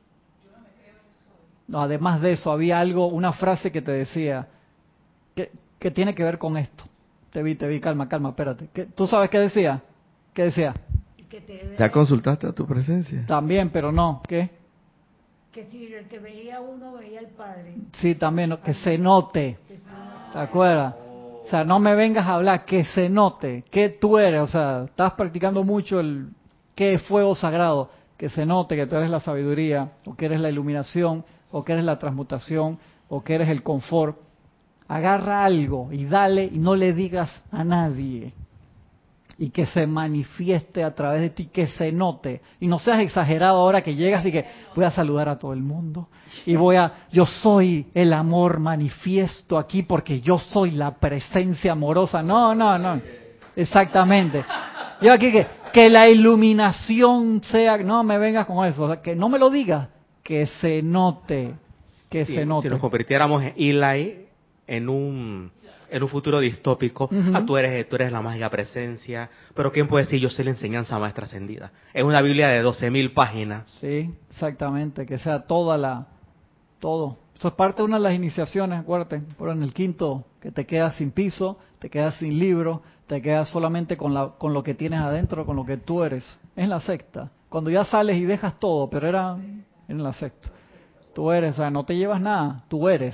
No, además de eso, había algo, una frase que te decía, que, que tiene que ver con esto. Te vi, te vi, calma, calma, espérate. ¿Qué, ¿Tú sabes qué decía? ¿Qué decía? ¿Ya consultaste a tu presencia? También, pero no. ¿Qué? Que si el que veía uno veía al Padre. Sí, también, que se note. ¿Te acuerdas? O sea, no me vengas a hablar, que se note. ¿Qué tú eres? O sea, estás practicando mucho el qué es fuego sagrado. Que se note que tú eres la sabiduría, o que eres la iluminación, o que eres la transmutación, o que eres el confort. Agarra algo y dale y no le digas a nadie. Y que se manifieste a través de ti, que se note. Y no seas exagerado ahora que llegas y que voy a saludar a todo el mundo. Y voy a, yo soy el amor manifiesto aquí porque yo soy la presencia amorosa. No, no, no. Exactamente. Yo aquí que, que la iluminación sea, no me vengas con eso, o sea, que no me lo digas, que se note, que sí, se note. Si nos convirtiéramos en Eli en un en un futuro distópico, uh-huh. ah, tú eres tú eres la mágica presencia, pero ¿quién puede decir yo soy la enseñanza maestra ascendida? Es una Biblia de doce mil páginas. Sí, exactamente, que sea toda la, todo. Eso es parte de una de las iniciaciones, acuérdate, pero en el quinto, que te quedas sin piso, te quedas sin libro, te quedas solamente con, la, con lo que tienes adentro, con lo que tú eres. Es la sexta. Cuando ya sales y dejas todo, pero era en la sexta. Tú eres, o sea, no te llevas nada, tú eres.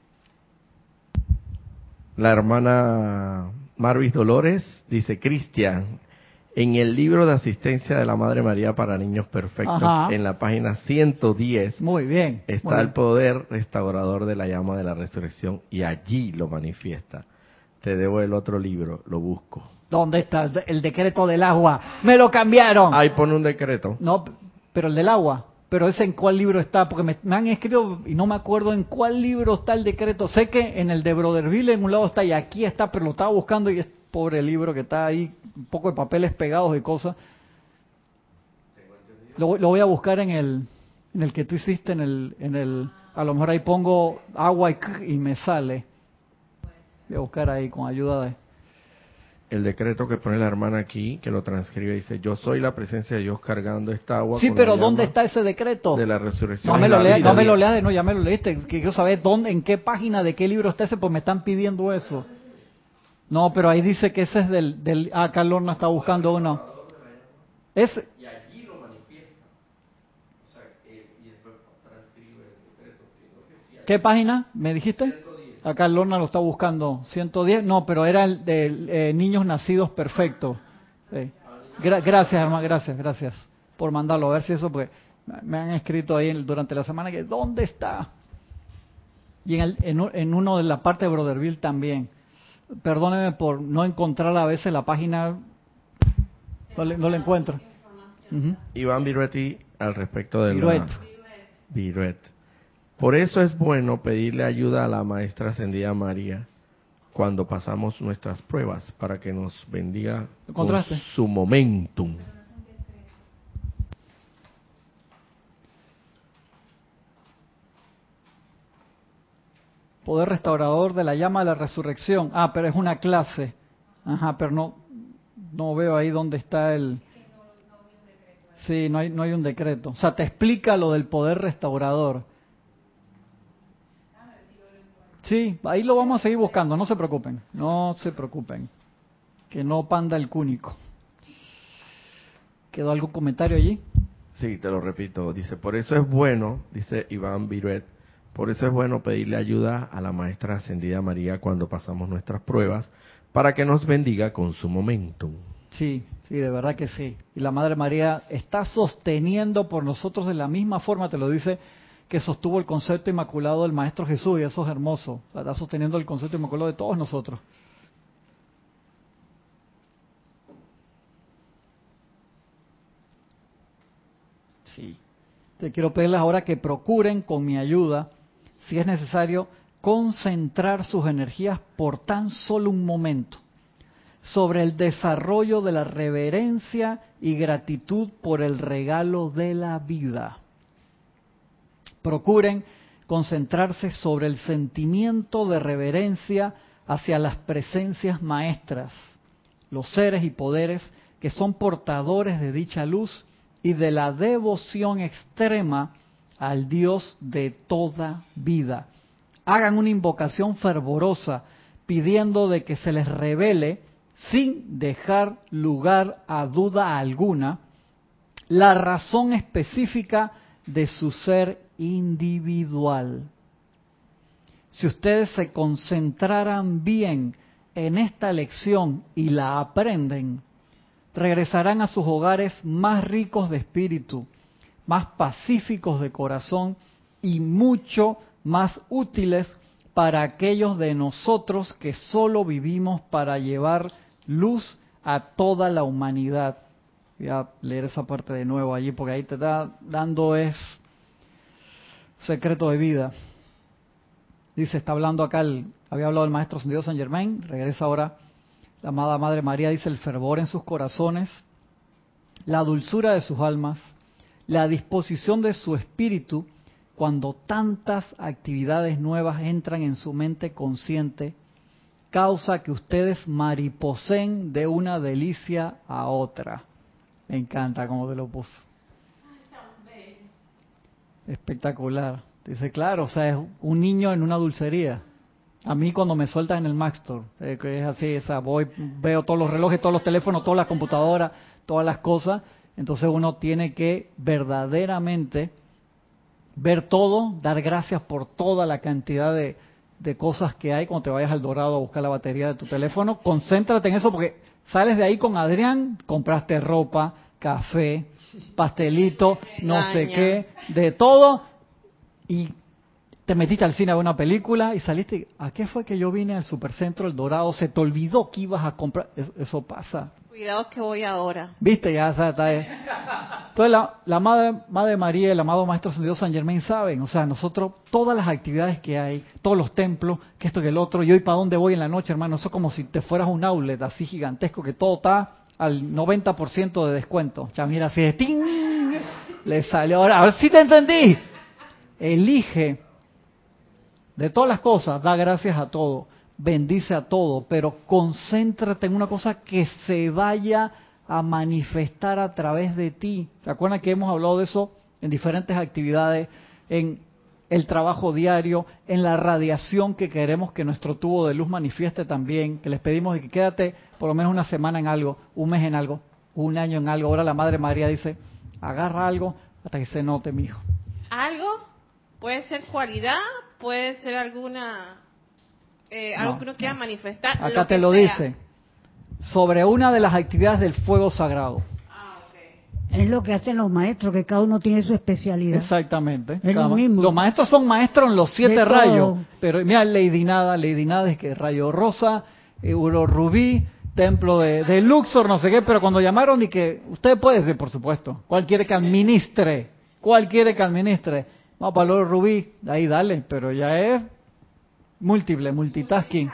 La hermana Marvis Dolores dice, Cristian, en el libro de asistencia de la Madre María para niños perfectos, ajá, en la página ciento diez, muy bien, está muy bien. El poder restaurador de la llama de la resurrección y allí lo manifiesta. Te debo el otro libro, lo busco. ¿Dónde está el decreto del agua? ¡Me lo cambiaron! Ahí pone un decreto. No, pero el del agua. Pero ese en cuál libro está, porque me, me han escrito y no me acuerdo en cuál libro está el decreto. Sé que en el de Brotherville en un lado está y aquí está, pero lo estaba buscando y es pobre libro que está ahí, un poco de papeles pegados y cosas. Lo, lo voy a buscar en el en el que tú hiciste, en el, en el a lo mejor ahí pongo agua y, y me sale. Voy a buscar ahí con ayuda de... El decreto que pone la hermana aquí, que lo transcribe, dice, yo soy la presencia de Dios cargando esta agua. Sí, pero ¿dónde está ese decreto? De la resurrección. No me lo leas, no me lo leas de no, ya me lo leíste. Que quiero saber dónde, en qué página, de qué libro está ese, pues me están pidiendo eso. No, pero ahí dice que ese es del... del ah, Carlos no está buscando uno. Ese... Y allí lo manifiesta. O sea, eh, y después transcribe el decreto. Que sí, ¿qué página me dijiste? Acá Lorna lo está buscando. ciento diez, no, pero era el de eh, niños nacidos perfectos. Sí. Gra gracias, hermano, gracias, gracias por mandarlo. A ver si eso, pues, me han escrito ahí durante la semana que ¿dónde está? Y en, el, en, en uno de la parte de Brotherville también. Perdóneme por no encontrar a veces la página, no le, no la encuentro. Uh-huh. Iván Viruetti al respecto del Viruet. Viruet. Por eso es bueno pedirle ayuda a la Maestra Ascendida María cuando pasamos nuestras pruebas, para que nos bendiga con su momentum. Poder restaurador de la llama de la resurrección. Ah, pero es una clase. Ajá, pero no no veo ahí dónde está el... Sí, no hay, no hay un decreto. O sea, te explica lo del poder restaurador. Sí, ahí lo vamos a seguir buscando, no se preocupen, no se preocupen. Que no panda el cúnico. ¿Quedó algún comentario allí? Sí, te lo repito. Dice, por eso es bueno, dice Iván Viruet, por eso es bueno pedirle ayuda a la Maestra Ascendida María cuando pasamos nuestras pruebas, para que nos bendiga con su momentum. Sí, sí, de verdad que sí. Y la Madre María está sosteniendo por nosotros de la misma forma, te lo dice, que sostuvo el concepto inmaculado del Maestro Jesús, y eso es hermoso. O sea, está sosteniendo el concepto inmaculado de todos nosotros. Sí. Te quiero pedirles ahora que procuren con mi ayuda, si es necesario, concentrar sus energías por tan solo un momento sobre el desarrollo de la reverencia y gratitud por el regalo de la vida. Procuren concentrarse sobre el sentimiento de reverencia hacia las presencias maestras, los seres y poderes que son portadores de dicha luz y de la devoción extrema al Dios de toda vida. Hagan una invocación fervorosa pidiendo de que se les revele, sin dejar lugar a duda alguna, la razón específica de su ser individual. Si ustedes se concentraran bien en esta lección y la aprenden, regresarán a sus hogares más ricos de espíritu, más pacíficos de corazón y mucho más útiles para aquellos de nosotros que solo vivimos para llevar luz a toda la humanidad. Voy a leer esa parte de nuevo allí porque ahí te está dando es secreto de vida. Dice, está hablando acá, el, había hablado el Maestro Ascendido Saint Germain, regresa ahora la amada Madre María, dice, el fervor en sus corazones, la dulzura de sus almas, la disposición de su espíritu, cuando tantas actividades nuevas entran en su mente consciente, causa que ustedes mariposen de una delicia a otra. Me encanta cómo te lo puso. Espectacular. Dice, claro, o sea, es un niño en una dulcería. A mí cuando me sueltan en el Mac Store, eh, que es así, o sea, voy, veo todos los relojes, todos los teléfonos, todas las computadoras, todas las cosas, entonces uno tiene que verdaderamente ver todo, dar gracias por toda la cantidad de, de cosas que hay. Cuando te vayas al Dorado a buscar la batería de tu teléfono, concéntrate en eso porque sales de ahí con Adrián, compraste ropa, café, pastelito, no sé qué, de todo, y te metiste al cine a ver una película y saliste, ¿a qué fue que yo vine al Supercentro El Dorado? Se te olvidó que ibas a comprar, eso, eso pasa. Cuidado que voy ahora. Viste, ya está, está ahí. Entonces la, la madre, madre María y el amado Maestro Ascendido Saint Germain saben, o sea, nosotros, todas las actividades que hay, todos los templos, que esto que el otro, y hoy para dónde voy en la noche, hermano, eso es como si te fueras a un outlet así gigantesco que todo está al noventa por ciento de descuento. Ya mira, así de ¡ting! Le salió ahora, a ver si te entendí. Elige de todas las cosas, da gracias a todo, bendice a todo, pero concéntrate en una cosa que se vaya a manifestar a través de ti. ¿Se acuerdan que hemos hablado de eso en diferentes actividades, en el trabajo diario, en la radiación que queremos que nuestro tubo de luz manifieste también, que les pedimos de que quédate por lo menos una semana en algo, un mes en algo, un año en algo? Ahora la Madre María dice, agarra algo hasta que se note, mijo. ¿Algo? Puede ser cualidad, puede ser alguna eh, algo no, que uno quiera no. manifestar. Acá lo te que lo sea. dice, sobre una de las actividades del fuego sagrado. Ah, okay. Es lo que hacen los maestros, que cada uno tiene su especialidad. Exactamente. Es lo Cada- mismo. Los maestros son maestros en los siete De rayos. todo. Pero mira, Lady Nada, Lady Nada es que rayo rosa, euro rubí, templo de, de Luxor, no sé qué, pero cuando llamaron y que usted puede decir, por supuesto, ¿cuál quiere que administre? ¿Cuál quiere que administre? Vamos para el oro rubí, ahí dale, pero ya es múltiple, multitasking.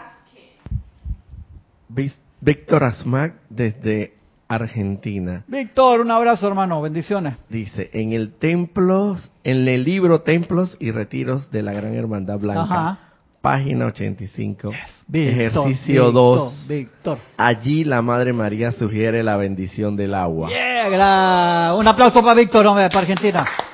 Víctor Asmac desde Argentina. Víctor, un abrazo, hermano, bendiciones. Dice, en el templo, en el libro Templos y Retiros de la Gran Hermandad Blanca, Ajá. página ochenta y cinco, Víctor, ejercicio Víctor, dos, Víctor. allí la Madre María sugiere la bendición del agua. Yeah, gra- un aplauso para Víctor, hombre, para Argentina.